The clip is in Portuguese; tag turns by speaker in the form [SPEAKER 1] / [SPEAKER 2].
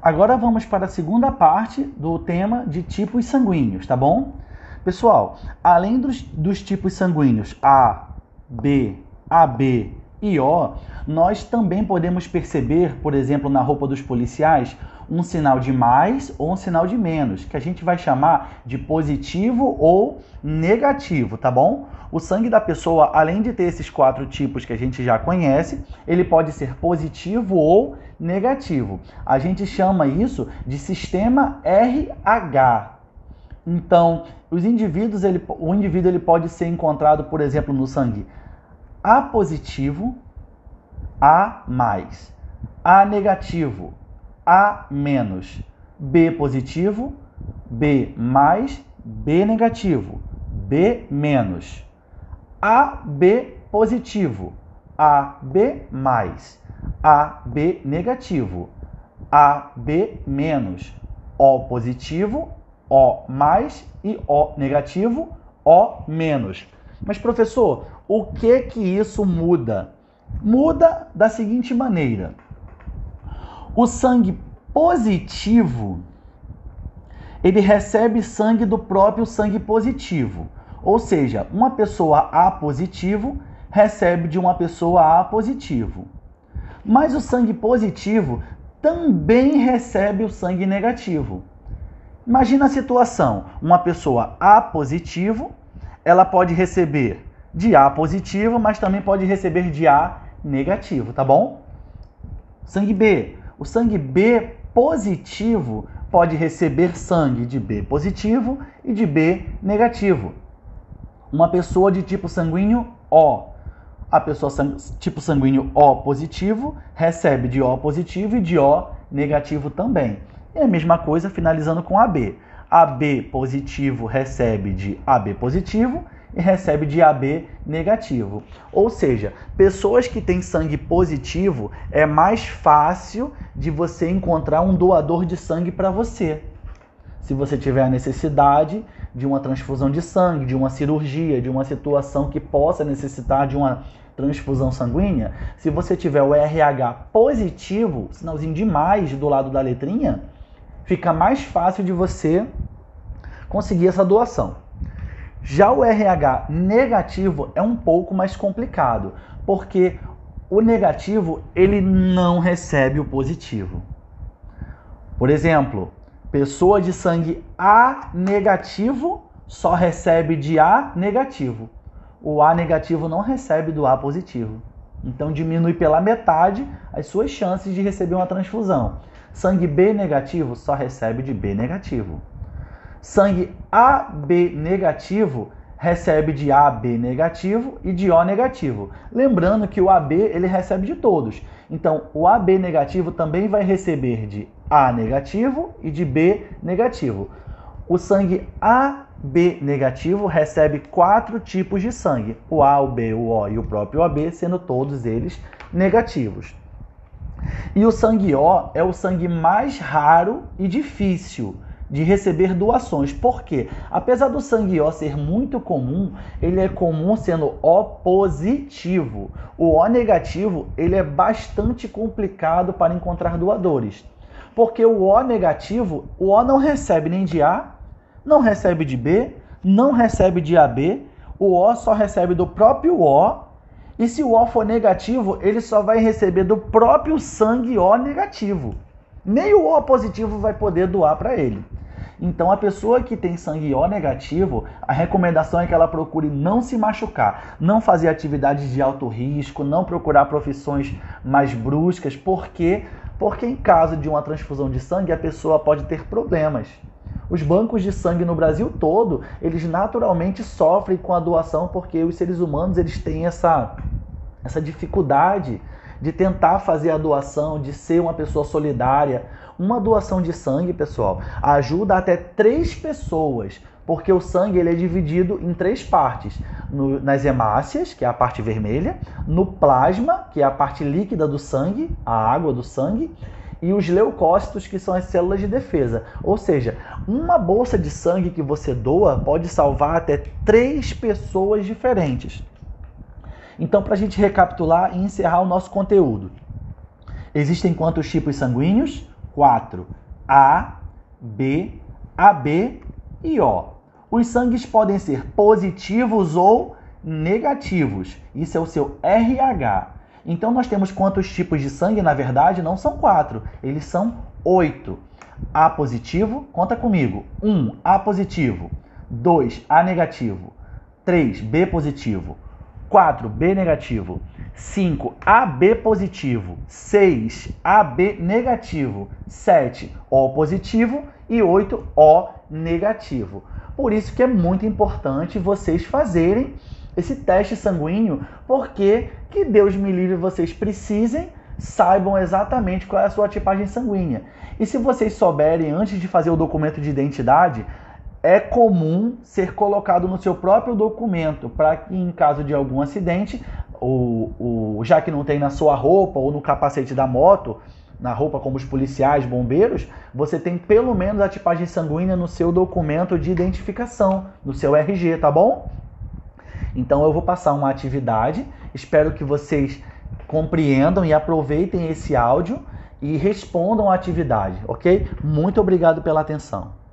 [SPEAKER 1] Agora vamos para a segunda parte do tema de tipos sanguíneos, tá bom? Pessoal, além dos tipos sanguíneos A, B, AB e O, nós também podemos perceber, por exemplo, na roupa dos policiais, um sinal de mais ou um sinal de menos, que a gente vai chamar de positivo ou negativo, tá bom? O sangue da pessoa, além de ter esses 4 tipos que a gente já conhece, ele pode ser positivo ou negativo. A gente chama isso de sistema RH. Então, o indivíduo ele pode ser encontrado, por exemplo, no sangue A positivo, A mais, A negativo, A menos, B positivo, B mais, B negativo, B menos, AB positivo, AB mais, AB negativo, AB menos, O positivo, O mais e O negativo, O menos. Mas, professor, o que isso muda? Muda da seguinte maneira. O sangue positivo, ele recebe sangue do próprio sangue positivo. Ou seja, uma pessoa A positivo recebe de uma pessoa A positivo. Mas o sangue positivo também recebe o sangue negativo. Imagina a situação, uma pessoa A positivo, ela pode receber de A positivo, mas também pode receber de A negativo, tá bom? Sangue B. O sangue B positivo pode receber sangue de B positivo e de B negativo. Uma pessoa de tipo sanguíneo O. A pessoa tipo sanguíneo O positivo recebe de O positivo e de O negativo também. E a mesma coisa finalizando com AB. AB positivo recebe de AB positivo e recebe de AB negativo. Ou seja, pessoas que têm sangue positivo é mais fácil de você encontrar um doador de sangue para você. Se você tiver a necessidade de uma transfusão de sangue, de uma cirurgia, de uma situação que possa necessitar de uma transfusão sanguínea, se você tiver o RH positivo, sinalzinho de mais do lado da letrinha, fica mais fácil de você conseguir essa doação. Já o RH negativo é um pouco mais complicado, porque o negativo ele não recebe o positivo. Por exemplo, pessoa de sangue A negativo só recebe de A negativo. O A negativo não recebe do A positivo. Então diminui pela metade as suas chances de receber uma transfusão. Sangue B negativo só recebe de B negativo. Sangue AB negativo recebe de AB negativo e de O negativo. Lembrando que o AB ele recebe de todos. Então, o AB negativo também vai receber de A negativo e de B negativo. O sangue AB negativo recebe 4 tipos de sangue. O A, o B, o O e o próprio AB, sendo todos eles negativos. E o sangue O é o sangue mais raro e difícil de receber doações. Por quê? Apesar do sangue O ser muito comum, ele é comum sendo O positivo. O O negativo, ele é bastante complicado para encontrar doadores. Porque o O negativo, o O não recebe nem de A, não recebe de B, não recebe de AB, o O só recebe do próprio O, e se o O for negativo, ele só vai receber do próprio sangue O negativo. Nem o O positivo vai poder doar para ele. Então, a pessoa que tem sangue O negativo, a recomendação é que ela procure não se machucar, não fazer atividades de alto risco, não procurar profissões mais bruscas, porque em caso de uma transfusão de sangue, a pessoa pode ter problemas. Os bancos de sangue no Brasil todo, eles naturalmente sofrem com a doação, porque os seres humanos eles têm essa dificuldade de tentar fazer a doação, de ser uma pessoa solidária. Uma doação de sangue, pessoal, ajuda até 3 pessoas, porque o sangue ele é dividido em 3 partes. Nas hemácias, que é a parte vermelha, no plasma, que é a parte líquida do sangue, a água do sangue, e os leucócitos, que são as células de defesa. Ou seja, uma bolsa de sangue que você doa pode salvar até 3 pessoas diferentes. Então, para a gente recapitular e encerrar o nosso conteúdo. Existem quantos tipos sanguíneos? 4. A, B, AB e O. Os sangues podem ser positivos ou negativos. Isso é o seu RH. Então, nós temos quantos tipos de sangue? Na verdade, não são 4, eles são 8. A positivo, conta comigo. 1, A positivo. 2, A negativo. 3, B positivo. 4, B negativo. 5, AB positivo. 6, AB negativo. 7, O positivo. E 8, O negativo. Por isso que é muito importante vocês fazerem esse teste sanguíneo, porque que Deus me livre vocês precisem, saibam exatamente qual é a sua tipagem sanguínea. E se vocês souberem antes de fazer o documento de identidade, é comum ser colocado no seu próprio documento, para que em caso de algum acidente, já que não tem na sua roupa ou no capacete da moto, na roupa como os policiais, bombeiros, você tem pelo menos a tipagem sanguínea no seu documento de identificação, no seu RG, tá bom? Então eu vou passar uma atividade, espero que vocês compreendam e aproveitem esse áudio e respondam a atividade, ok? Muito obrigado pela atenção.